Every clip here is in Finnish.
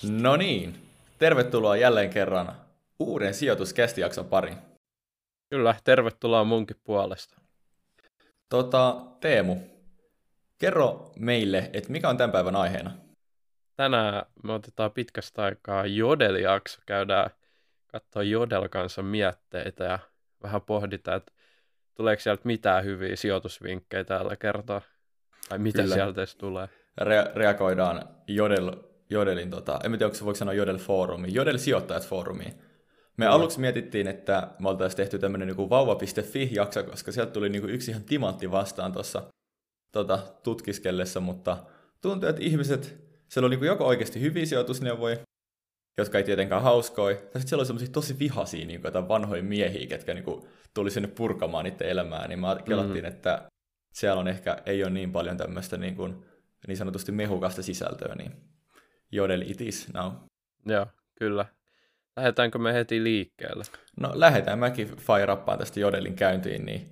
No niin, tervetuloa jälleen kerran uuden sijoituskästijakson pariin. Kyllä, tervetuloa munkin puolesta. Teemu, kerro meille, että mikä on tämän päivän aiheena? Tänään me otetaan pitkästä aikaa Jodel-jakso. Käydään katsoa Jodel kanssa mietteitä ja vähän pohditaan, että tuleeko sieltä mitään hyviä sijoitusvinkkejä tällä kertaa. Tai mitä Kyllä. sieltä edes tulee. Reagoidaan Jodelin, en tiedä, onko se voiko sanoa Jodel-foorumiin, Jodel-sijoittajat-foorumiin. Me aluksi mietittiin, että me oltaisiin tehty tämmöinen niin vauva.fi-jakso, koska sieltä tuli niin yksi ihan timantti vastaan tuossa tutkiskellessa, mutta tuntuu, että siellä oli niin joko oikeasti hyviä sijoitusneuvoja, jotka ei tietenkään hauskoi, tai sitten siellä oli semmoisia tosi vihaisia niin jotain vanhoja miehiä, ketkä niin tuli sinne purkamaan niiden elämää, niin me kelattiin, että siellä on ehkä ei ole niin paljon tämmöistä niin sanotusti mehukasta sisältöä, niin Jodel it is now. Joo, kyllä. Lähdetäänkö me heti liikkeelle? No lähdetään, mäkin fire-uppaan tästä Jodelin käyntiin, niin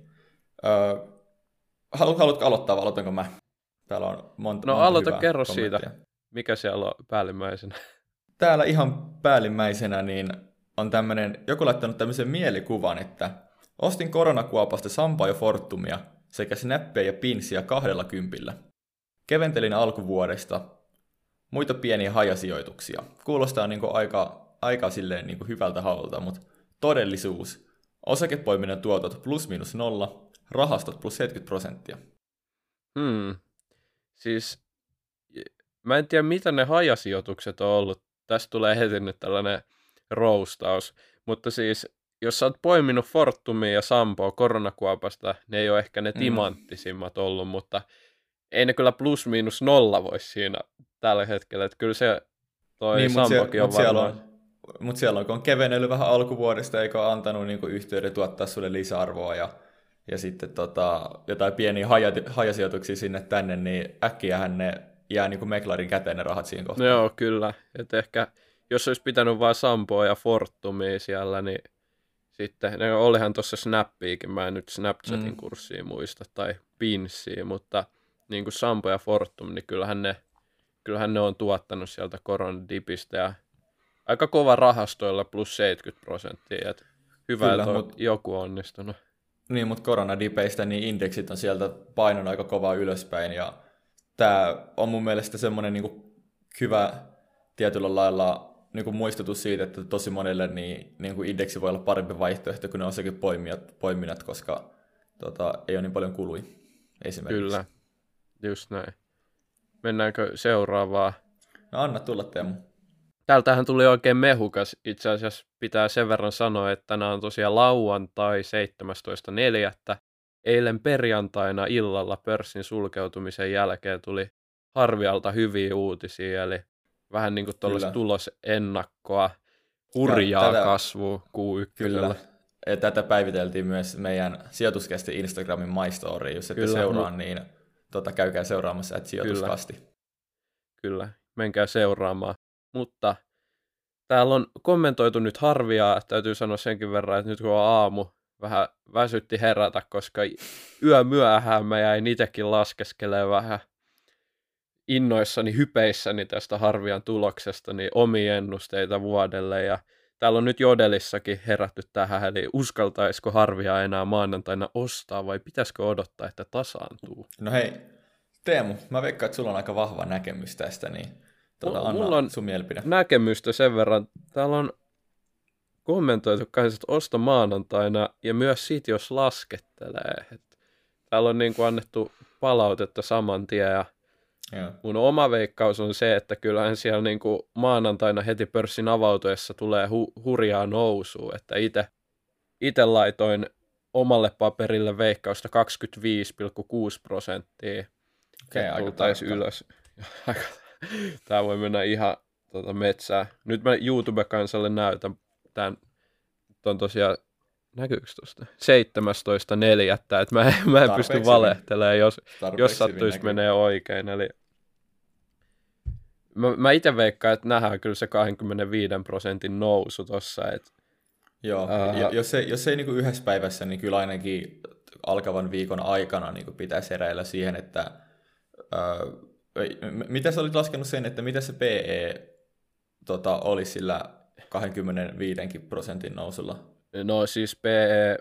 haluatko aloittaa vai aloitanko mä? Täällä on monta aloita, hyvää kerro kommenttia. siitä, mikä siellä on päällimmäisenä. Täällä ihan päällimmäisenä niin on joku laittanut tämmöisen mielikuvan, että ostin koronakuopasta Sampaa ja Fortumia sekä snappeja ja pinssiä 20. Keventelin alkuvuodesta muita pieniä hajasijoituksia. Kuulostaa aika silleen hyvältä haulta, mutta todellisuus. Osakepoiminnan tuotot +/- rahastot +70%. Siis mä en tiedä, mitä ne hajasijoitukset on ollut. Tästä tulee heti nyt tällainen roustaus. Mutta siis, jos sä oot poiminut Fortumia ja Sampoa koronakuopasta, ne ei ole ehkä ne timanttisimmat ollut, mutta ei ne kyllä +/- voisi siinä tällä hetkellä. Että kyllä se toi Sampokin on varmaan. Mutta siellä on, kun on kevennellyt vähän alkuvuodesta, eikä ole antanut yhteyden tuottaa sulle lisäarvoa ja sitten jotain pieniä hajasijoituksia sinne tänne, niin äkkiähän ne jää meklarin käteen ne rahat siinä kohtaa. No joo, kyllä. Että ehkä, jos olisi pitänyt vain Sampoa ja Fortumia siellä, niin sitten, olihan tuossa Snappiikin, mä en nyt Snapchatin kurssia muista, tai Pinssiä, mutta niin kuin Sampo ja Fortum, niin kyllähän ne on tuottanut sieltä koronadipistä, ja aika kova rahastoilla +70%, että hyvä, kyllä, että joku onnistunut. Niin, mutta koronadipeistä niin indeksit on sieltä painunut aika kovaa ylöspäin, ja tämä on mun mielestä semmoinen hyvä tietyllä lailla muistutus siitä, että tosi monelle niin indeksi voi olla parempi vaihtoehto kuin ne osakepoiminnat, koska ei ole niin paljon kului esimerkiksi. Kyllä, just näin. Mennäänkö seuraavaan? No anna tulla, Teemu. Täältähän tuli oikein mehukas. Itse asiassa pitää sen verran sanoa, että tänään on tosiaan lauantai 17.4. Eilen perjantaina illalla pörssin sulkeutumisen jälkeen tuli Harvialta hyviä uutisia, eli vähän niin kuin tuollaista tulosennakkoa, hurjaa kasvua Q1. Kyllä, ja tätä päiviteltiin myös meidän sijoituskästi Instagramin My Story, jos ette seuraa, niin käykää seuraamassa, että sijoituskasti. Kyllä, menkää seuraamaan. Mutta täällä on kommentoitu nyt Harviaa, täytyy sanoa senkin verran, että nyt kun on aamu, vähän väsytti herätä, koska yömyöhään mä jäin itsekin laskeskelemaan vähän innoissani, hypeissäni tästä Harvian tuloksesta, niin omia ennusteita vuodelle. Ja täällä on nyt Jodelissakin herätty tähän, eli uskaltaisiko Harvia enää maanantaina ostaa vai pitäisikö odottaa, että tasaantuu? No hei, Teemu, mä veikkaan, että sulla on aika vahva näkemys tästä, niin mulla on sun mielipide. Näkemystä sen verran. Täällä on kommentoitu kanssa, että osta maanantaina ja myös sit, jos laskettelee. Täällä on annettu palautetta saman tien ja mun oma veikkaus on se, että kyllähän siellä maanantaina heti pörssin avautuessa tulee hurjaa nousua, että itse laitoin omalle paperille veikkausta 25,6%. Tultaisi ylös. Tää voi mennä ihan metsään. Nyt mä YouTube-kansalle näytän tämän, on tosiaan, näkyykö tuosta? 17.4. Että mä en pysty valehtelemaan, jos sattuisi menee oikein. Eli mä itse veikkaan, että nähdään kyllä se 25% nousu tossa. Joo, jos ei yhdessä päivässä, niin kyllä ainakin alkavan viikon aikana pitäisi heräillä siihen, että mitä sä olit laskenut sen, että mitä se PE olisi sillä 25% nousulla? No siis PE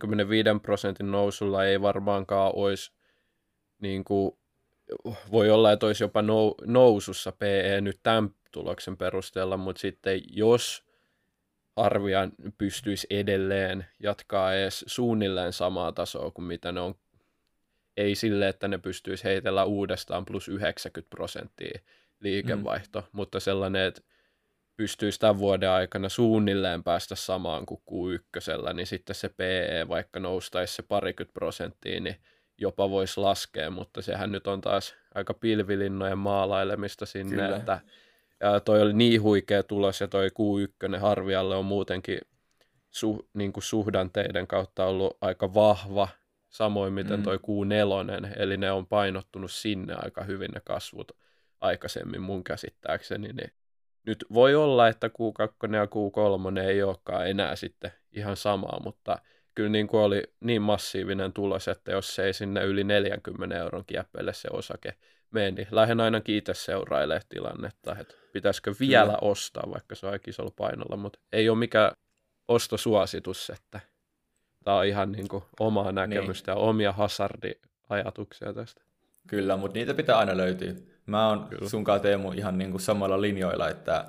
25% nousulla ei varmaankaan olisi, niin kuin, voi olla, että olisi jopa nousussa PE nyt tämän tuloksen perusteella, mutta sitten jos Harvia pystyisi edelleen jatkaa edes suunnilleen samaa tasoa kuin mitä ne on, ei sille, että ne pystyisi heitellä uudestaan plus 90% liikevaihto, mutta sellainen, että pystyisi tämän vuoden aikana suunnilleen päästä samaan kuin Q1, niin sitten se PE, vaikka noustaisi se 20%, niin jopa voisi laskea, mutta sehän nyt on taas aika pilvilinnojen maalailemista sinne, kyllä, että ja toi oli niin huikea tulos, ja toi Q1 Harvialle on muutenkin niin kuin suhdanteiden kautta ollut aika vahva, samoin miten toi Q4, eli ne on painottunut sinne aika hyvin ne kasvut aikaisemmin mun käsittääkseni, niin nyt voi olla, että Q2 ja Q3 ei olekaan enää sitten ihan samaa, mutta kyllä niin kuin oli niin massiivinen tulos, että jos se ei sinne yli 40 euron kieppeille se osake mene, niin lähden ainakin itse seurailemaan tilannetta, että pitäisikö vielä ostaa, vaikka se on aika isolla painolla, mutta ei ole mikään ostosuositus, että tämä on ihan niin kuin omaa näkemystä ja omia hazardiajatuksia tästä. Kyllä, mutta niitä pitää aina löytyä. Mä oon sunkaan Teemu ihan niin kuin samalla linjoilla, että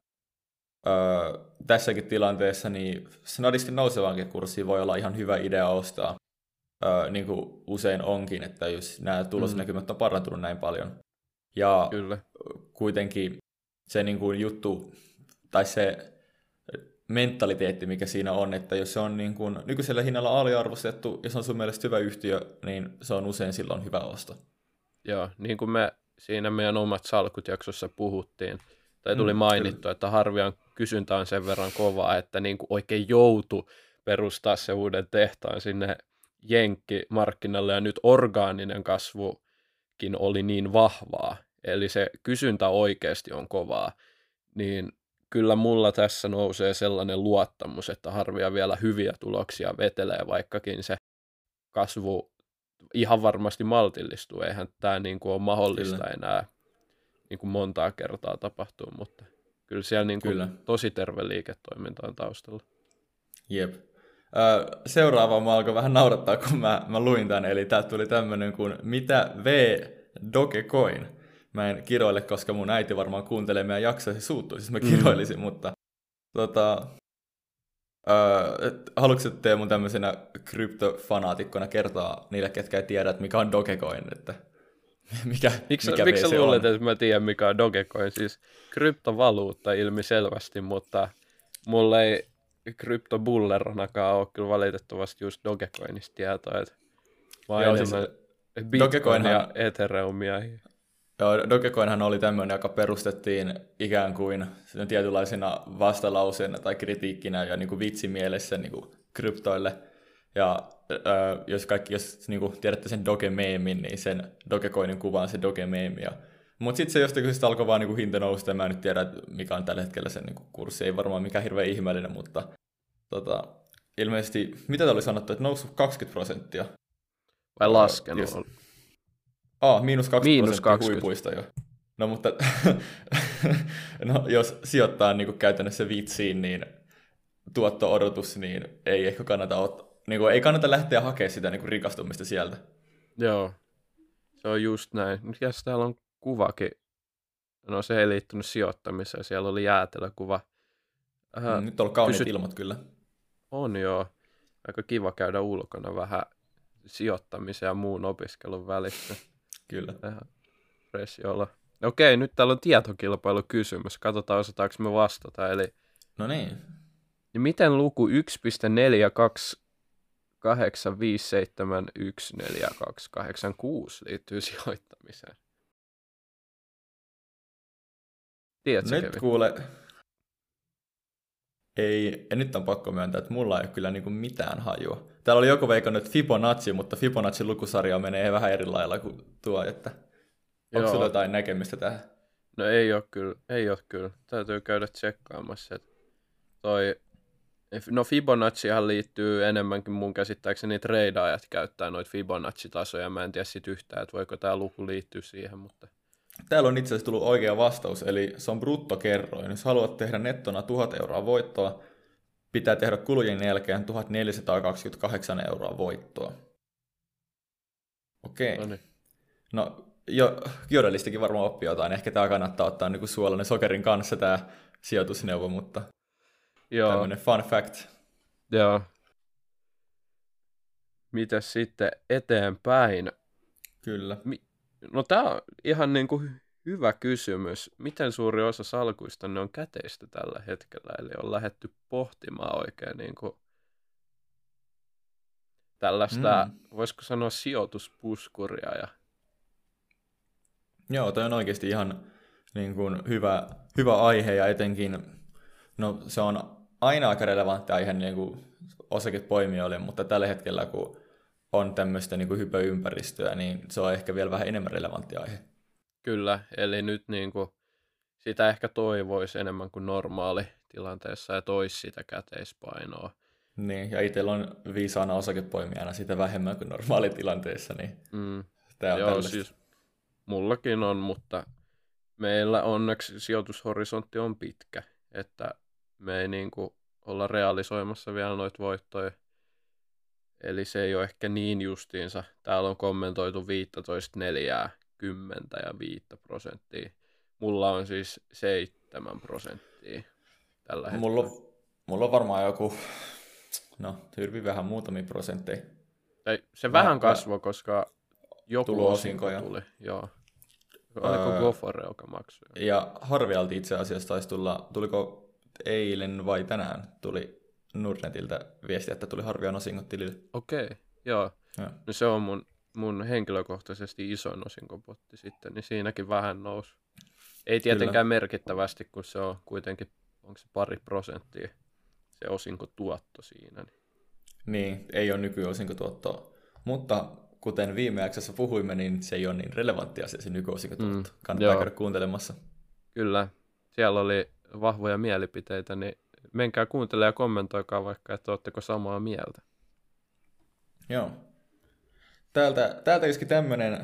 tässäkin tilanteessa niin snadisti nousevankin kurssiin voi olla ihan hyvä idea ostaa, niin kuin usein onkin, että jos nämä tulosnäkymät on parantunut näin paljon. Ja kuitenkin se niin kuin juttu, tai se mentaliteetti, mikä siinä on, että jos se on niin kuin nykyisellä hinnalla aliarvostettu, jos on sun mielestä hyvä yhtiö, niin se on usein silloin hyvä osto. Joo, niin kuin me siinä meidän omat salkut jaksossa puhuttiin, tai tuli mainittu, että Harvian kysyntä on sen verran kovaa, että niin kuin oikein joutu perustaa se uuden tehtaan sinne jenkkimarkkinalle, ja nyt orgaaninen kasvukin oli niin vahvaa, eli se kysyntä oikeasti on kovaa, niin kyllä mulla tässä nousee sellainen luottamus, että Harvia vielä hyviä tuloksia vetelee, vaikkakin se kasvu ihan varmasti maltillistuu. Eihän tämä niin kuin ole mahdollista enää niin kuin montaa kertaa tapahtuu, mutta kyllä siellä niin kuin tosi terve liiketoiminta on taustalla. Jep. Seuraava mä alkoi vähän naurattaa, kun mä luin tämän, eli täältä tuli tämmöinen kuin mitä Dogecoin. Mä en kiroile, koska mun äiti varmaan kuuntelee meidän jaksoa, se suuttuu, siis mä kiroilisin, mutta haluatko Teemu tämmöisenä kryptofanaatikkona kertoa niille, ketkä ei tiedä, että mikä on Dogecoin, että mikä sä luulet, että mä tiedän, mikä on Dogecoin? Siis kryptovaluutta ilmiselvästi, mutta mulla ei kryptobulleronakaan ole kyllä valitettavasti just Dogecoinista tietoa, että mä enemmän siis Bitcoin ja Ethereumia. Joo, Dogecoinhan oli tämmöinen, joka perustettiin ikään kuin tietynlaisena vastalauseena tai kritiikkinä ja niin kuin vitsimielessä niin kuin kryptoille. Ja jos niin kuin tiedätte sen Doge-meemin, niin sen Dogecoinin kuva on se Doge-meemi. Mutta sitten se jostakin syystä alkoi vaan niin kuin hinta nousta, ja mä en nyt tiedä, mikä on tällä hetkellä sen niin kuin kurssi. Ei varmaan mikään hirveän ihmeellinen, mutta ilmeisesti, mitä te oli sanottu, että noussut 20%? Vai laskenut? Miinus 20% huipuista jo. No mutta no, jos sijoittaa niin kuin käytännössä vitsiin, niin tuotto-odotus, niin ei ehkä kannata niin kuin, ei kannata lähteä hakemaan sitä niin kuin rikastumista sieltä. Joo, se on just näin. Mikäs täällä on kuvakin? No se ei liittynyt sijoittamiseen, siellä oli jäätelökuva. Nyt on ollut kauniit ilmat kyllä. On joo, aika kiva käydä ulkona vähän sijoittamisen ja muun opiskelun välissä. Kyllä. Olla. Okei, nyt täällä on tietokilpailukysymys. Katsotaan, osataanko me vastata. Eli, no niin. Miten luku 1.428571422 liittyy sijoittamiseen? Tiedätkö, nyt Kevin? Kuule, ei, ja nyt on pakko myöntää, että mulla ei ole kyllä niinku mitään hajua. Täällä oli joku veikannut, että Fibonacci, mutta Fibonacci-lukusarja menee vähän eri lailla kuin tuo, että onko sulla jotain näkemistä tähän? No ei ole kyllä. Täytyy käydä tsekkaamassa. No Fibonaccihan liittyy enemmänkin mun käsittääkseni treidaajat käyttää noita Fibonacci-tasoja. Mä en tiedä sit yhtään, että voiko tää luku liittyä siihen, mutta täällä on itse asiassa tullut oikea vastaus, eli se on bruttokerroin. Jos haluat tehdä nettona 1000 euroa voittoa, pitää tehdä kulujen jälkeen 1428 euroa voittoa. Okei. No, Jodelistakin varmaan oppii jotain. Ehkä tämä kannattaa ottaa niin kuin suolainen sokerin kanssa tämä sijoitusneuvo, mutta tämmöinen fun fact. Joo. Mitäs sitten eteenpäin? Kyllä. No tämä on ihan niin kuin hyvä kysymys. Miten suuri osa salkuista ne on käteistä tällä hetkellä? Eli on lähdetty pohtimaan oikein niin kuin tällaista, voisiko sanoa sijoituspuskuria. Joo, toi on oikeasti ihan niin kuin hyvä aihe ja etenkin, no se on aina aika relevantti aihe niin kuin osakepoimijoille, mutta tällä hetkellä kun on tämmöistä niin kuin hypeympäristöä, niin se on ehkä vielä vähän enemmän relevantti aihe. Kyllä, eli nyt niin kuin sitä ehkä toivoisi enemmän kuin normaali tilanteessa ja toisi sitä käteispainoa. Niin, ja itsellä on viisaana osakepoimijana sitä vähemmän kuin normaalitilanteessa, niin tämä on tällaista. Siis mullakin on, mutta meillä onneksi sijoitushorisontti on pitkä, että me ei niin kuin olla realisoimassa vielä noita voittoja. Eli se ei ole ehkä niin justiinsa. Täällä on kommentoitu 15, 4, 10 ja 5%. Mulla on siis 7% tällä hetkellä. Mulla on varmaan joku, hyvin vähän muutamia prosentteja. Se vähän kasvoi, koska joku osinko tuli. Joo. Oliko Gofore, joka maksoi? Ja Harvialta itse asiassa taisi tuliko eilen vai tänään tuli Nordnetiltä viesti, että tuli Harvian osingot tilille. Okei, joo. No se on mun henkilökohtaisesti isoin osinkopotti sitten, niin siinäkin vähän nousi. Ei tietenkään merkittävästi, kun se on kuitenkin, onko se 2% se osinkotuotto siinä. Niin, ei ole nykyosinkotuottoa, mutta kuten viime jaksossa puhuimme, niin se ei ole niin relevantti asia se nykyosinkotuotto. Kannattaa käydä kuuntelemassa. Kyllä, siellä oli vahvoja mielipiteitä, niin menkää kuuntelemaan ja kommentoikaa vaikka, että ootteko samaa mieltä. Joo. Täältä iski tämmöinen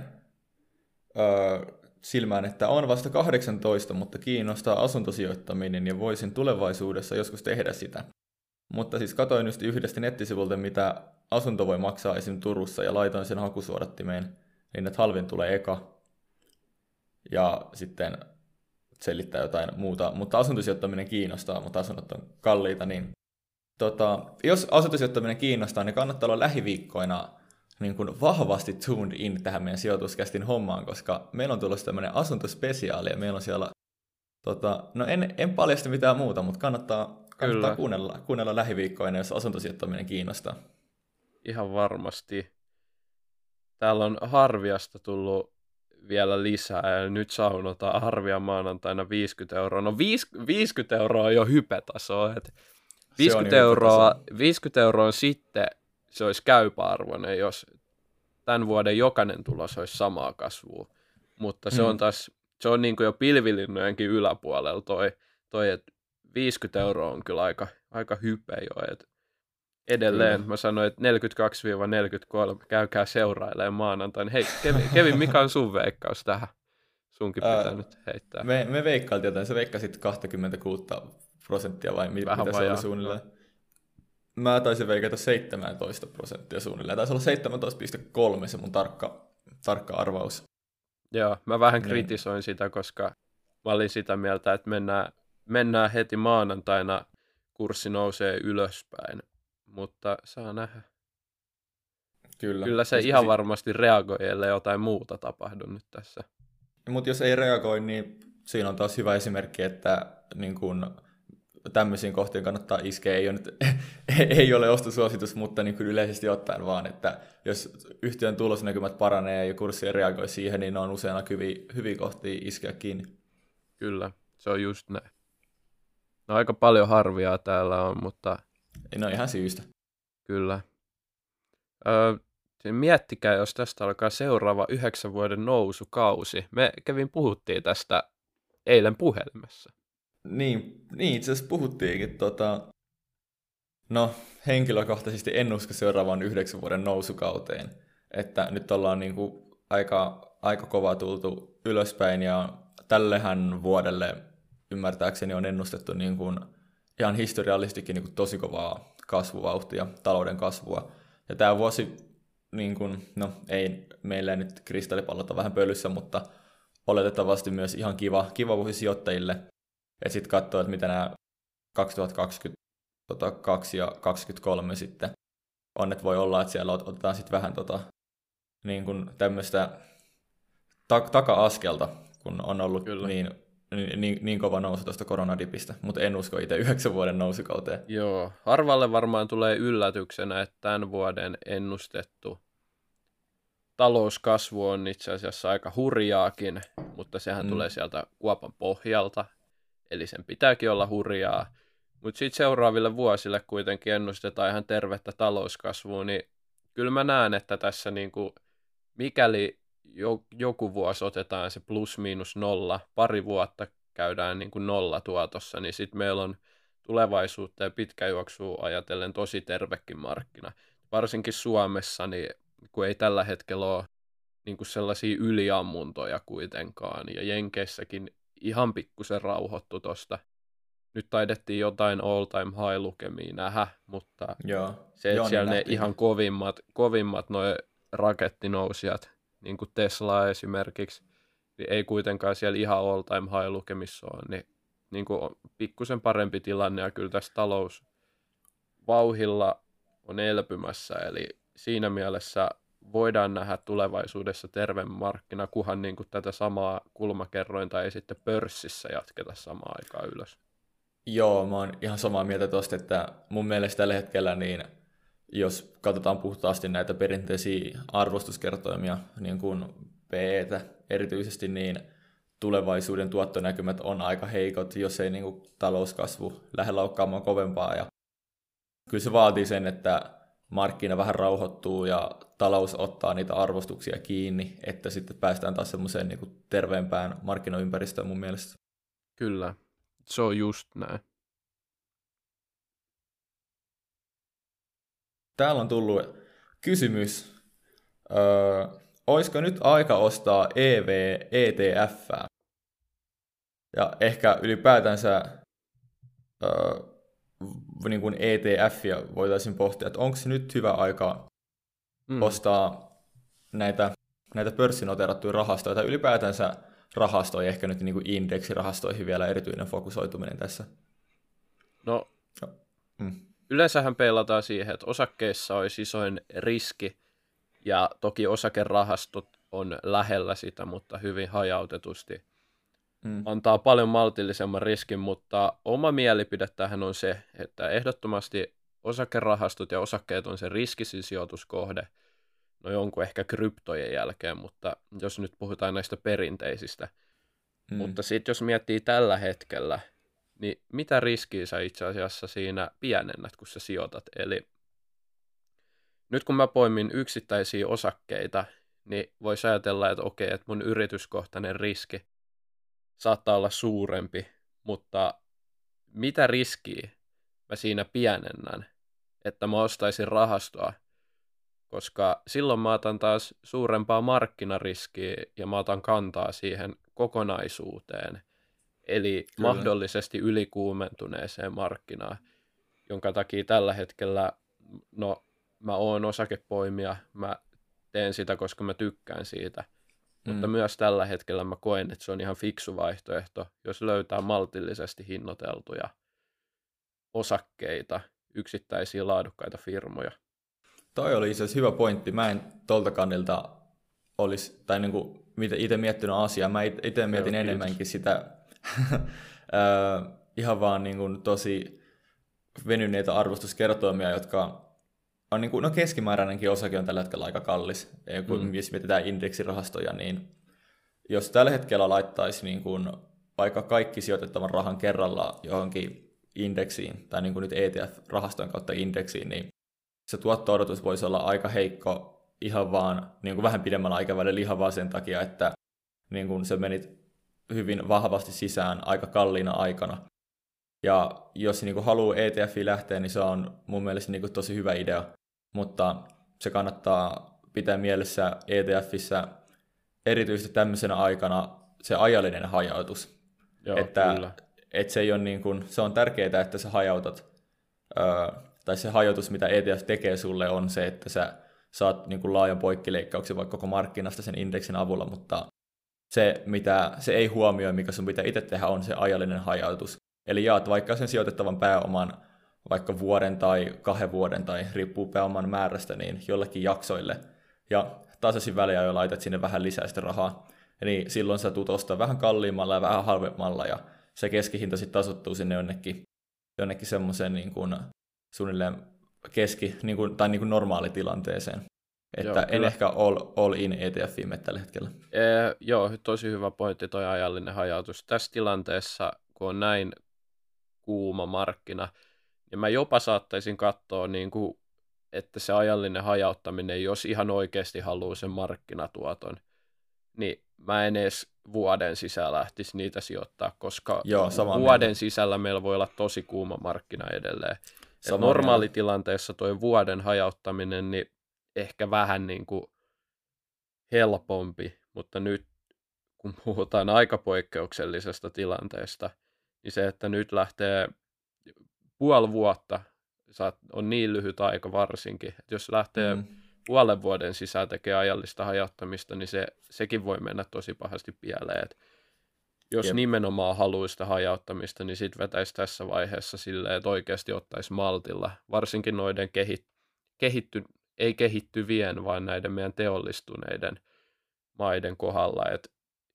silmään, että on vasta 18, mutta kiinnostaa asuntosijoittaminen ja voisin tulevaisuudessa joskus tehdä sitä. Mutta siis katoin just yhdestä nettisivulta, mitä asunto voi maksaa esim. Turussa ja laitoin sen hakusuodattimeen, niin että halvin tulee eka. Ja sitten selittää jotain muuta, mutta asuntosijoittaminen kiinnostaa, mutta asunnot on kalliita, niin jos asuntosijoittaminen kiinnostaa, niin kannattaa olla lähiviikkoina niin kuin vahvasti tuned in tähän meidän sijoituskästin hommaan, koska meillä on tulossa tämmöinen asuntospesiaali ja meillä on siellä, en paljasta mitään muuta, mutta kannattaa kuunnella lähiviikkoina, jos asuntosijoittaminen kiinnostaa. Ihan varmasti. Täällä on Harviasta tullut vielä lisää ja nyt saunotaan Harvia maanantaina 50 €. No 50 € on jo hypetasoa. 50 € sitten se olisi käypäarvoinen, jos tämän vuoden jokainen tulos olisi samaa kasvua. Mutta se on taas, se on niin kuin jo pilvilinnojenkin yläpuolella toi että 50 € on kyllä aika hype jo. Et edelleen mä sanoin, että 42-43, käykää seurailemaan maanantaina. Hei, Kevin, mikä on sun veikkaus tähän? Sunkin pitää nyt heittää. Me veikkailtiin jotain, sä veikkasit 26% vai mitä se oli suunnilleen? Mä taisin veikata 17% suunnilleen. Taisi olla 17,3 se mun tarkka arvaus. Joo, mä vähän kritisoin sitä, koska mä olin sitä mieltä, että mennään heti maanantaina, kurssi nousee ylöspäin. Mutta saa nähdä. Kyllä se ihan varmasti reagoi, ellei jotain muuta tapahdu nyt tässä. Mutta jos ei reagoi, niin siinä on taas hyvä esimerkki, että niin kun tämmöisiin kohtiin kannattaa iskeä. Ei ole ostosuositus, mutta niin kuin yleisesti ottaen vaan, että jos yhtiön tulosnäkymät paranee ja kurssi ei reagoi siihen, niin ne on usein hyviä kohtia iskeä kiinni. Kyllä, se on just näin. No aika paljon Harviaa täällä on, mutta no ihan syystä. Kyllä. Miettikää, jos tästä alkaa seuraava 9 vuoden nousukausi. Me puhuttiin tästä eilen puhelimessa. Niin itse asiassa puhuttiinkin. No, henkilökohtaisesti en usko seuraavaan 9 vuoden nousukauteen. Että nyt ollaan niinku aika kovaa tultu ylöspäin, ja tällehän vuodelle ymmärtääkseni on ennustettu niin kuin ihan historiallistikin niin kuin tosi kovaa kasvuvauhtia, talouden kasvua. Ja tämä vuosi, niin kuin, no ei meillä nyt kristallipallot on vähän pölyssä, mutta oletettavasti myös ihan kiva vuosi sijoittajille. Ja sitten katsoa, että mitä nämä 2022 ja 2023 sitten on, että voi olla, että siellä otetaan sitten vähän niin kuin tämmöistä taka-askelta, kun on ollut niin kova nousu tuosta koronadipistä, mutta en usko itse 9 vuoden nousukauteen. Joo, harvalle varmaan tulee yllätyksenä, että tämän vuoden ennustettu talouskasvu on itse asiassa aika hurjaakin, mutta sehän tulee sieltä kuopan pohjalta, eli sen pitääkin olla hurjaa. Mutta sitten seuraaville vuosille kuitenkin ennustetaan ihan tervettä talouskasvua, niin kyllä mä näen, että tässä niinku, mikäli joku vuosi otetaan se plus miinus nolla, pari vuotta käydään niin kuin nolla tuotossa, niin sitten meillä on tulevaisuutta ja pitkäjuoksua ajatellen tosi tervekin markkina. Varsinkin Suomessa, niin kun ei tällä hetkellä ole niin kuin sellaisia yliammuntoja kuitenkaan, ja Jenkeissäkin ihan pikkusen rauhoittu tosta. Nyt taidettiin jotain all-time high-lukemia nähdä, mutta se, että siellä ne ihan kovimmat noi rakettinousijat, niin kuin Tesla esimerkiksi, niin ei kuitenkaan siellä ihan all-time high-lukemissa ole, niin kuin on pikkusen parempi tilanne, ja kyllä tässä talousvauhilla on elpymässä, eli siinä mielessä voidaan nähdä tulevaisuudessa terve markkina, kunhan niin kuin tätä samaa kulmakerrointa ei sitten pörssissä jatketa samaan aikaan ylös. Joo, mä oon ihan samaa mieltä tuosta, että mun mielestä tällä hetkellä, niin jos katsotaan puhtaasti näitä perinteisiä arvostuskertoimia, niin kuin PE:tä erityisesti, niin tulevaisuuden tuottonäkymät on aika heikot, jos ei niin kuin talouskasvu lähde laukkaamaan kovempaa. Ja kyllä se vaatii sen, että markkina vähän rauhoittuu ja talous ottaa niitä arvostuksia kiinni, että sitten päästään taas semmoiseen niin kuin terveempään markkinaympäristöön mun mielestä. Kyllä, se on just näin. Täällä on tullut kysymys, olisiko nyt aika ostaa ETF? Ja ehkä ylipäätänsä niin kuin ETF:ia voitaisiin pohtia, että onko se nyt hyvä aika ostaa näitä pörssinoteerattuja rahastoja, tai ylipäätänsä rahastoja, ehkä nyt niin kuin indeksirahastoihin vielä erityinen fokusoituminen tässä. No, yleensähän peilataan siihen, että osakkeissa olisi isoin riski, ja toki osakerahastot on lähellä sitä, mutta hyvin hajautetusti. Antaa paljon maltillisemman riskin, mutta oma mielipide tähän on se, että ehdottomasti osakerahastot ja osakkeet on se riskisin sijoituskohde, no jonkun ehkä kryptojen jälkeen, mutta jos nyt puhutaan näistä perinteisistä. Mutta sitten jos miettii tällä hetkellä, niin mitä riskiä sä itse asiassa siinä pienennät, kun sä sijoitat? Eli nyt kun mä poimin yksittäisiä osakkeita, niin voisi ajatella, että okei, että mun yrityskohtainen riski saattaa olla suurempi, mutta mitä riskiä mä siinä pienennän, että mä ostaisin rahastoa, koska silloin mä otan taas suurempaa markkinariskiä ja mä otan kantaa siihen kokonaisuuteen, eli mahdollisesti ylikuumentuneeseen markkinaan, jonka takia tällä hetkellä, no mä oon osakepoimija, mä teen sitä, koska mä tykkään siitä, mutta myös tällä hetkellä mä koen, että se on ihan fiksu vaihtoehto, jos löytää maltillisesti hinnoiteltuja osakkeita, yksittäisiä laadukkaita firmoja. Toi oli itse asiassa hyvä pointti. Mä en tolta kannalta olisi, tai niinku, mitä itse miettinyt asiaa, mä itse mietin enemmänkin sitä ihan vaan niinku tosi venyneitä arvostuskertoimia, jotka on niinku, no keskimääräinenkin osake on tällä hetkellä aika kallis. Kun jos mietitään indeksirahastoja, niin jos tällä hetkellä laittaisi niinku vaikka kaikki sijoitettavan rahan kerralla johonkin indeksiin, tai niin kuin nyt ETF-rahastojen kautta indeksiin, niin se tuotto-odotus voisi olla aika heikko ihan vaan niin kuin vähän pidemmällä aikavälillä ihan vaan sen takia, että niin kuin se menit hyvin vahvasti sisään aika kalliina aikana. Ja jos niin kuin haluaa ETFiin lähteä, niin se on mun mielestä niin kuin tosi hyvä idea, mutta se kannattaa pitää mielessä ETFissä erityisesti tämmöisenä aikana se ajallinen hajautus. Joo, Että kyllä. se ei ole niin kuin, se on tärkeää, että sä hajautat, tai se hajautus, mitä ETF tekee sulle, on se, että sä saat niin kuin laajan poikkileikkauksen vaikka koko markkinasta sen indeksin avulla, mutta se, mitä se ei huomioi, mikä sun pitää itse tehdä, on se ajallinen hajautus. Eli jaat vaikka sen sijoitettavan pääoman vaikka vuoden tai 2 vuoden, tai riippuu pääoman määrästä, niin jollekin jaksoille. Ja tasaisin väliajoin laitat sinne vähän lisää sitä rahaa. Niin silloin sä tulet ostaa vähän kalliimmalla ja vähän halvemmalla, ja se keskihinta sitten tasoittuu sinne jonnekin semmoiseen niin kuin suunnilleen tai niin kuin normaalitilanteeseen. Että Joo, en kyllä. ehkä all in ETF-viime tällä hetkellä. Joo, tosi hyvä pointti toi ajallinen hajautus. Tässä tilanteessa, kun on näin kuuma markkina, niin mä jopa saattaisin katsoa, niin kuin, että se ajallinen hajauttaminen, jos ihan oikeasti haluaa sen markkinatuoton, niin mä en edes vuoden sisällä lähtisi niitä sijoittaa, koska Joo, samaa vuoden mieltä. sisällä meillä voi olla tosi kuuma markkina edelleen. Samaa Normaalitilanteessa toi vuoden hajauttaminen, niin ehkä vähän niin kuin helpompi, mutta nyt kun puhutaan aika poikkeuksellisesta tilanteesta, niin se, että nyt lähtee puoli vuotta, on niin lyhyt aika varsinkin, että jos lähtee puolen vuoden sisään tekemään ajallista hajauttamista, niin sekin voi mennä tosi pahasti pieleen. Et jos Jep. nimenomaan haluaisi sitä hajauttamista, niin sitten vetäisi tässä vaiheessa silleen, että oikeasti ottaisi maltilla, varsinkin noiden ei kehittyvien, vaan näiden meidän teollistuneiden maiden kohdalla. Et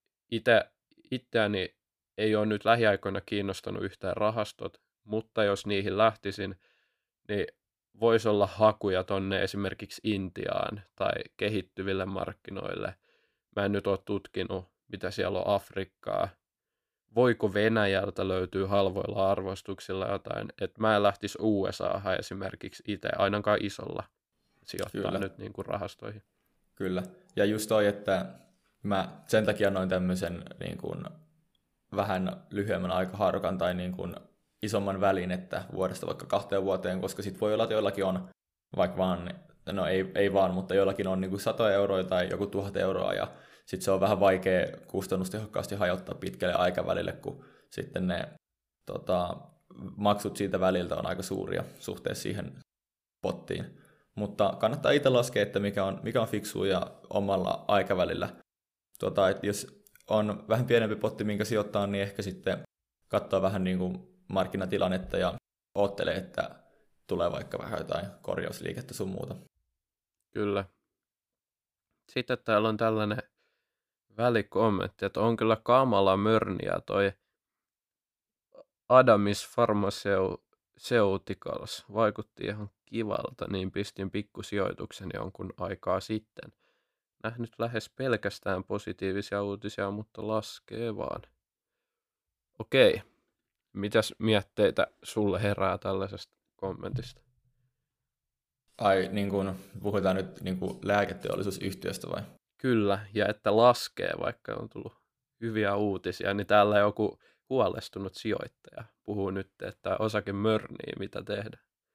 itseäni ei ole nyt lähiaikoina kiinnostanut yhtään rahastot, mutta jos niihin lähtisin, niin voisi olla hakuja tonne esimerkiksi Intiaan tai kehittyville markkinoille. Mä en nyt ole tutkinut, mitä siellä on Afrikkaa. Voiko Venäjältä löytyy halvoilla arvostuksilla jotain, että mä en lähtisi USAhan esimerkiksi itse, ainakaan isolla sijoittaa Kyllä. nyt niin kuin rahastoihin. Kyllä. Ja just toi, että mä sen takia noin tämmöisen niin kuin vähän lyhyemmän aikaharukan tai niin kuin isomman välin, että vuodesta vaikka 2 vuoteen, koska sit voi olla, että joillakin on vaikka vaan, no ei vaan, mutta joillakin on niin kuin 100 euroa tai joku 1000 euroa, ja sitten se on vähän vaikea kustannustehokkaasti hajottaa pitkälle aikavälille, kun sitten ne maksut siitä väliltä on aika suuria suhteessa siihen pottiin. Mutta kannattaa itse laskea, että mikä on fiksua ja omalla aikavälillä. Että jos on vähän pienempi potti, minkä sijoittaa, niin ehkä sitten katsoa vähän niin kuin markkinatilannetta ja oottelee, että tulee vaikka vähän jotain korjausliikettä sun muuta. Kyllä. Sitten täällä on tällainen välikommentti, että on kyllä kamala mörniä toi Adamis Pharmaceuticals. Vaikutti ihan kivalta, niin pistin pikkusijoituksen jonkun aikaa sitten. Nähnyt lähes pelkästään positiivisia uutisia, mutta laskee vaan. Okei. Mitäs mietteitä sulle herää tällaisesta kommentista? Ai, niin kuin, puhutaan nyt niin kuin lääketeollisuusyhtiöstä vai? Kyllä, ja että laskee, vaikka on tullut hyviä uutisia, niin täällä joku huolestunut sijoittaja puhuu nyt, että osake mörnii, mitä tehdä.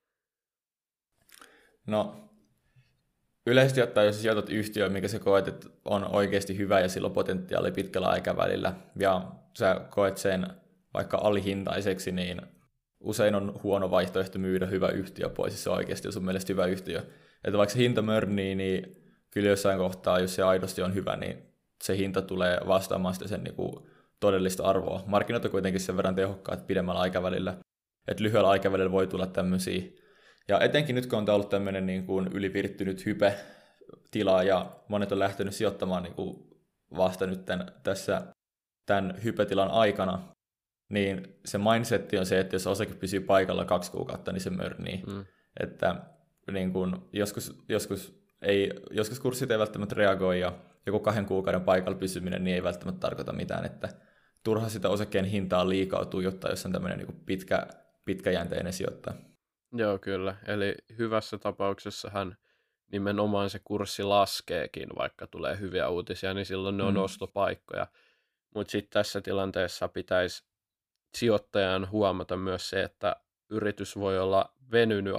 No, yleisesti ottaen, jos sijoitat yhtiöön, mikä sä koet, että on oikeasti hyvä ja sillä on potentiaali pitkällä aikavälillä, ja sä koet sen vaikka alihintaiseksi, niin usein on huono vaihtoehto myydä hyvä yhtiö pois, jos se on oikeasti sun mielestä hyvä yhtiö. Että vaikka se hinta mörnii, niin kyllä jossain kohtaa, jos se aidosti on hyvä, niin se hinta tulee vastaamaan sitä sen niin kuin todellista arvoa. Markkinat on kuitenkin sen verran tehokkaat pidemmällä aikavälillä, että lyhyellä aikavälillä voi tulla tämmöisiä. Ja etenkin nyt, kun on ollut tämmöinen niin kuin ylivirittynyt hype-tila, ja monet on lähtenyt sijoittamaan niin kuin vasta nyt tämän hypetilan aikana, niin se mindsetti on se, että jos osake pysyy paikalla 2 kuukautta, niin se mörnii. Että niin kun, joskus kurssit ei välttämättä reagoi, ja joku 2 kuukauden paikalla pysyminen niin ei välttämättä tarkoita mitään, että turha sitä osakkeen hintaa liikautuu, jotta jos on tämmöinen niin pitkäjänteinen sijoittaja. Joo, kyllä. Eli hyvässä tapauksessahan nimenomaan se kurssi laskeekin, vaikka tulee hyviä uutisia, niin silloin ne on ostopaikkoja. Mutta sitten tässä tilanteessa pitäisi sijoittajan huomata myös se, että yritys voi olla venynyt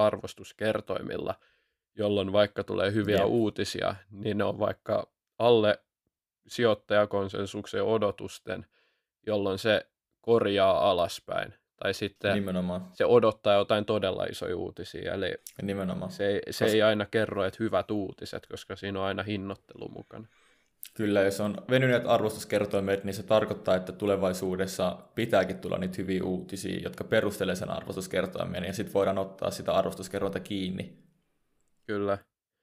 arvostuskertoimilla, jolloin vaikka tulee hyviä uutisia, niin ne on vaikka alle sijoittajakonsensuksen odotusten, jolloin se korjaa alaspäin. Tai sitten Nimenomaan. se odottaa jotain todella isoja uutisia. Eli Nimenomaan. se ei aina kerro, että hyvät uutiset, koska siinä on aina hinnoittelu mukana. Kyllä, jos on venyneet arvostuskertoimet, niin se tarkoittaa, että tulevaisuudessa pitääkin tulla niitä hyviä uutisia, jotka perustelee sen arvostuskertoimen, ja sitten voidaan ottaa sitä arvostuskerrointa kiinni. Kyllä.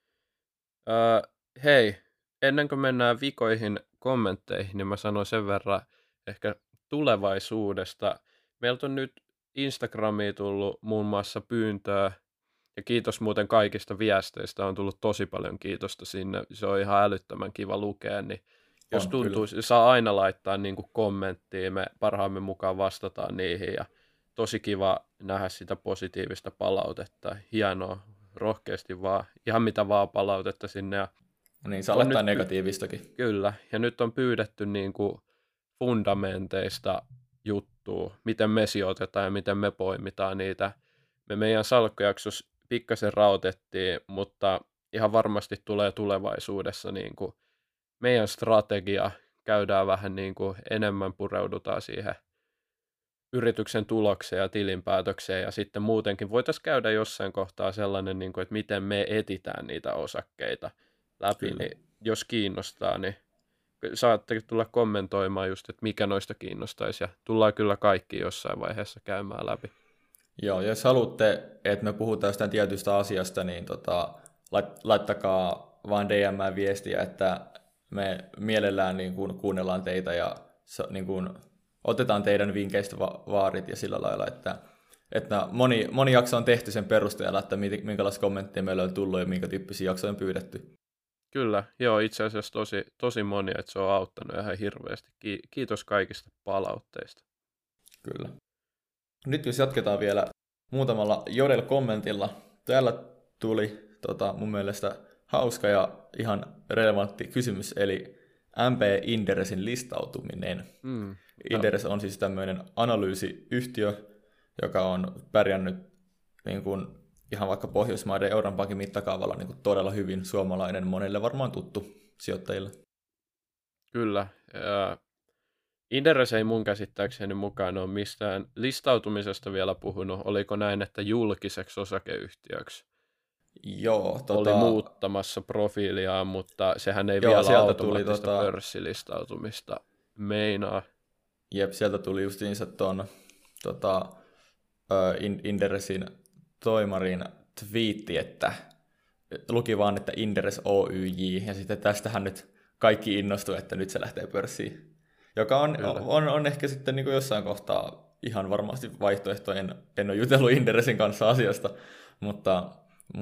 Hei, ennen kuin mennään vikoihin kommentteihin, niin mä sanon sen verran ehkä tulevaisuudesta. Meiltä on nyt Instagramiin tullut muun muassa pyyntöä, ja kiitos muuten kaikista viesteistä, on tullut tosi paljon kiitosta sinne, se on ihan älyttömän kiva lukea, niin jos tuntuu, saa aina laittaa niin kuin kommenttia, me parhaamme mukaan vastataan niihin, ja tosi kiva nähdä sitä positiivista palautetta, hienoa, rohkeasti vaan, ihan mitä vaan palautetta sinne. Ja niin, saa laittaa negatiivistakin. Kyllä, ja nyt on pyydetty niin kuin fundamenteista juttua, miten me sijoitetaan ja miten me poimitaan niitä. Me meidän salkkujaksossa pikkasen rautettiin, mutta ihan varmasti tulee tulevaisuudessa niin kuin meidän strategia, käydään vähän niin kuin enemmän pureudutaan siihen yrityksen tulokseen ja tilinpäätökseen, ja sitten muutenkin voitaisiin käydä jossain kohtaa sellainen, niin kuin, että miten me etitään niitä osakkeita läpi, niin jos kiinnostaa, niin saatte tulla kommentoimaan just, että mikä noista kiinnostaisi, ja tullaan kyllä kaikki jossain vaiheessa käymään läpi. Joo, jos haluatte, että me puhutaan jostain tietystä asiasta, niin laittakaa vaan DM-viestiä, että me mielellään niin kuunnellaan teitä ja niin kuin, otetaan teidän vinkkeistä vaarit ja sillä lailla, että moni jakso on tehty sen perusteella, että minkälaisia kommentteja meillä on tullut ja minkä tyyppisiä jaksoja on pyydetty. Kyllä, joo, itse asiassa tosi moni, että se on auttanut ihan hirveästi. Kiitos kaikista palautteista. Kyllä. Nyt jos jatketaan vielä muutamalla Jodel-kommentilla. Täällä tuli mun mielestä hauska ja ihan relevantti kysymys, eli MP Inderesin listautuminen. Inderes on siis tämmöinen analyysiyhtiö, joka on pärjännyt niin kuin ihan vaikka Pohjoismaiden ja Euroopankin mittakaavalla niin kuin todella hyvin, suomalainen, monille varmaan tuttu sijoittajille. Kyllä. Inderes ei mun käsittääkseni mukaan ole mistään listautumisesta vielä puhunut. Oliko näin, että julkiseksi osakeyhtiöksi Joo, oli muuttamassa profiiliaan, mutta sehän ei vielä automaattista pörssilistautumista meinaa. Jep, sieltä tuli justiinsa tuon Inderesin toimarin twiitti, että luki vaan, että Inderes Oyj, ja sitten tästähän nyt kaikki innostui, että nyt se lähtee pörssiin. Joka on ehkä sitten niin kuin jossain kohtaa ihan varmasti vaihtoehto. En ole jutellut Inderesin kanssa asiasta, mutta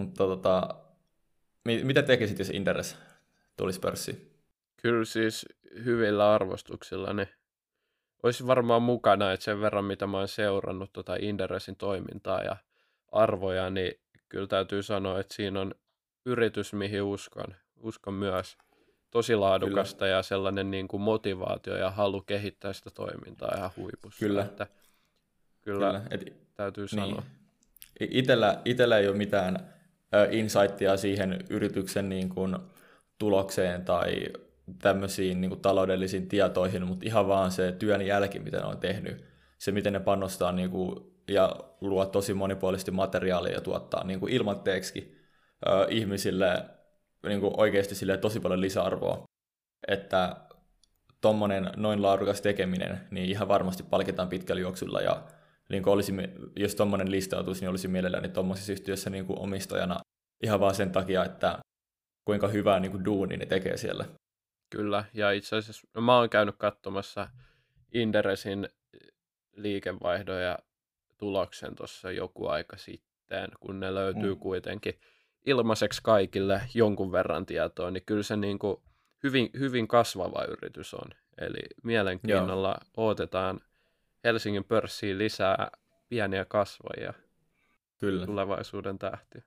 mitä tekisit, jos Inderes tulisi pörssiin? Kyllä siis hyvillä arvostuksilla niin olisi varmaan mukana, että sen verran mitä mä oon seurannut Inderesin toimintaa ja arvoja, niin kyllä täytyy sanoa, että siinä on yritys, mihin uskon myös. Tosi laadukasta kyllä. Ja sellainen niin kuin motivaatio ja halu kehittää sitä toimintaa ihan huipussa. Kyllä. Että kyllä. Täytyy sanoa. Itellä ei ole mitään insightia siihen yrityksen niin kuin tulokseen tai tämmöisiin niin kuin taloudellisiin tietoihin, mutta ihan vaan se työn jälki, mitä ne on tehnyt. Se, miten ne panostaa niin kuin, ja luo tosi monipuolisesti materiaalia ja tuottaa niin kuin ilmatteeksi ihmisille niin kuin oikeasti sille tosi paljon lisäarvoa, että tommonen noin laadukas tekeminen, niin ihan varmasti palkitaan pitkällä juoksulla, ja niin kuin jos tommonen listautuisi, niin olisi mielelläni tommosessa yhtiössä niin kuin omistajana ihan vaan sen takia, että kuinka hyvää niin kuin duuni ne tekee siellä. Kyllä, ja itse asiassa mä oon käynyt katsomassa Inderesin liikevaihdon ja tuloksen tuossa joku aika sitten, kun ne löytyy kuitenkin ilmaiseksi kaikille jonkun verran tietoa, niin kyllä se niin kuin hyvin kasvava yritys on. Eli mielenkiinnolla odotetaan Helsingin pörssiin lisää pieniä kasvajia, kyllä. Tulevaisuuden tähtiä.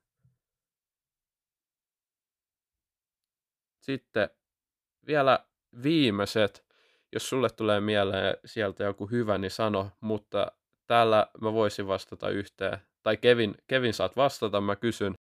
Sitten vielä viimeiset, jos sulle tulee mieleen sieltä joku hyvä, niin sano, mutta täällä mä voisin vastata yhteen, tai Kevin saat vastata, mä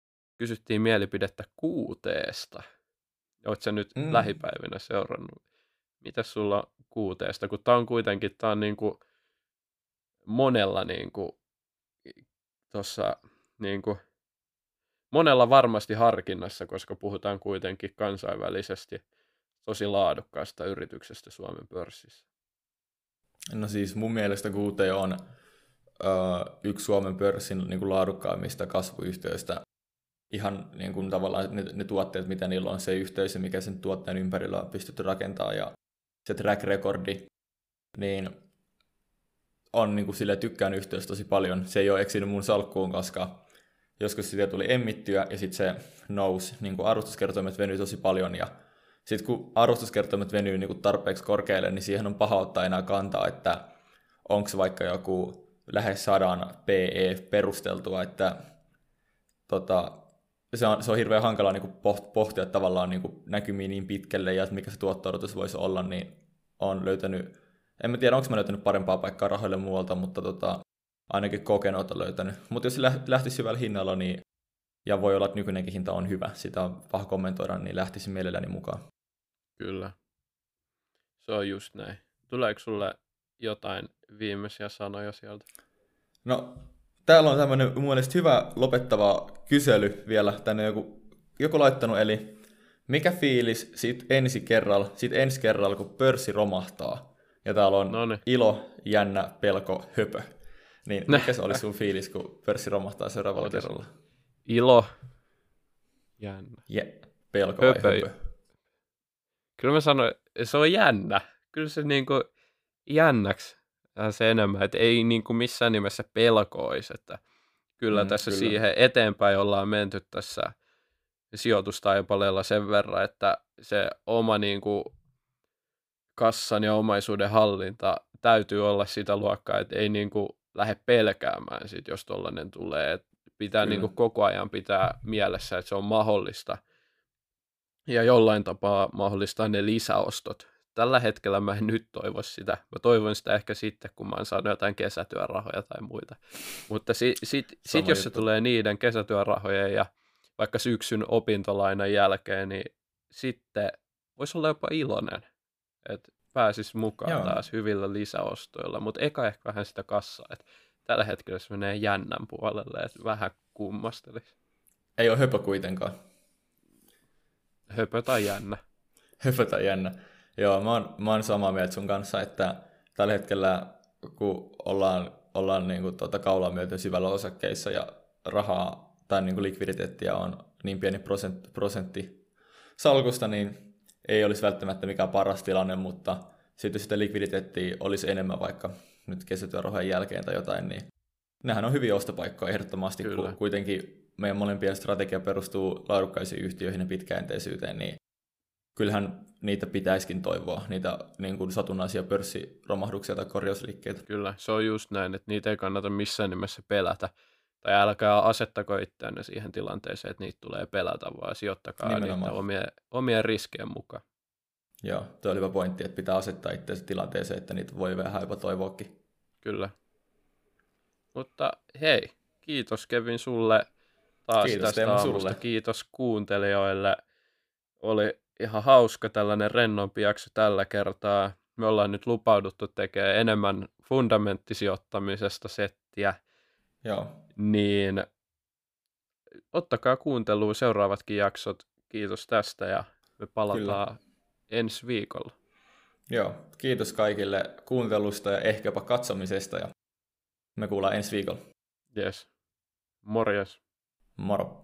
kysyttiin mielipidettä Qt:sta. Oletko sä nyt lähipäivinä seurannut? mitäs sulla on Qt:stä, kun tää on niinku monella niinku tossa niinku monella varmasti harkinnassa, koska puhutaan kuitenkin kansainvälisesti tosi laadukkaasta yrityksestä Suomen pörssissä. No siis mun mielestä Qt on yksi Suomen pörssin niin kuin laadukkaimmista kasvuyhtiöistä. Ihan niin kuin tavallaan ne tuotteet, mitä niillä on, se yhteys ja mikä sen tuotteen ympärillä on pystytty rakentamaan ja se track recordi, niin on niin kuin silleen tykkään yhtiöstä tosi paljon. Se ei ole eksinyt mun salkkuun, koska joskus sitä tuli emmittyä ja sitten se nousi, niin kuin arvostuskertoimet venyi tosi paljon ja sitten kun arvostuskertoimet venyy niin kuin tarpeeksi korkealle, niin siihen on paha ottaa enää kantaa, että onko vaikka joku lähes 100 PE perusteltua, että se on hirveän hankala niin kuin pohtia tavallaan niin kuin näkymiä niin pitkälle ja että mikä se tuotto-odotus voisi olla, niin on löytänyt, en mä tiedä onko mä löytänyt parempaa paikkaa rahoille muualta, mutta ainakin kokenut on löytänyt. Mutta jos se lähtisi hyvällä hinnalla, niin, ja voi olla, että nykyinenkin hinta on hyvä, sitä on paha kommentoida, niin lähtisi mielelläni mukaan. Kyllä. Se on just näin. Tuleeko sulle jotain viimeisiä sanoja sieltä? No, täällä on tämmöinen mun mielestä hyvä lopettava kysely vielä tänne joku laittanut, eli mikä fiilis sit ensi kerralla, kun pörssi romahtaa? Ja täällä on ilo, jännä, pelko, höpö. Niin mikä se olisi sun fiilis, kun pörssi romahtaa seuraavalla kerralla? Ilo, jännä. Pelko vai höpö? Kyllä mä sanoin, se on jännä. Kyllä se niinku jännäksi se enemmän, että ei niinku missään nimessä pelkoisi, että kyllä tässä siihen eteenpäin ollaan menty tässä sijoitustaipaleella sen verran, että se oma niinku kassan ja omaisuuden hallinta täytyy olla sitä luokkaa, että ei niinku lähde pelkäämään sit, jos tollainen tulee. Et pitää niinku koko ajan pitää mielessä, että se on mahdollista ja jollain tapaa mahdollistaa ne lisäostot. Tällä hetkellä mä en nyt toivo sitä. Mä toivon sitä ehkä sitten, kun mä oon saanut jotain kesätyörahoja tai muita. Mutta sit jos se tulee niiden kesätyörahojen ja vaikka syksyn opintolainan jälkeen, niin sitten voisi olla jopa iloinen, että pääsisi mukaan taas hyvillä lisäostoilla. Mutta eka ehkä vähän sitä kassaa. Että tällä hetkellä se menee jännän puolelle, että vähän kummastelisi. Ei ole höpö kuitenkaan. Höpö tai jännä. Höpö tai jännä. Joo, mä oon samaa mieltä sun kanssa, että tällä hetkellä, kun ollaan niin kuin kaulaa myöten syvällä osakkeissa ja rahaa tai niin kuin likviditeettiä on niin pieni prosentti salkusta, niin ei olisi välttämättä mikään paras tilanne, mutta sitten sitä likviditeettiä olisi enemmän vaikka nyt kesätyörahojen jälkeen tai jotain, niin nehän on hyviä ostopaikkoja ehdottomasti, kun kuitenkin meidän molempien strategia perustuu laadukkaisiin yhtiöihin ja pitkäjänteisyyteen, niin kyllähän niitä pitäisikin toivoa, niitä niin kuin satunnaisia pörssiromahduksia tai korjausliikkeitä. Kyllä, se on just näin, että niitä ei kannata missään nimessä pelätä. Tai älkää asettako itseänne siihen tilanteeseen, että niitä tulee pelätä, vaan sijoittakaa niitä omien riskien mukaan. Joo, tuo on hyvä pointti, että pitää asettaa itseänsä tilanteeseen, että niitä voi vähän jopa toivoakin. Kyllä. Mutta hei, kiitos Kevin sulle taas tästä aamusta. Kiitos kuuntelijoille. Oli ihan hauska tällainen rennompi jakso tällä kertaa. Me ollaan nyt lupauduttu tekemään enemmän fundamenttisijoittamisesta settiä. Joo. Niin ottakaa kuunteluun seuraavatkin jaksot. Kiitos tästä ja me palataan ensi viikolla. Joo, kiitos kaikille kuuntelusta ja ehkäpä katsomisesta ja me kuullaan ensi viikolla. Yes. Morjes. Moro.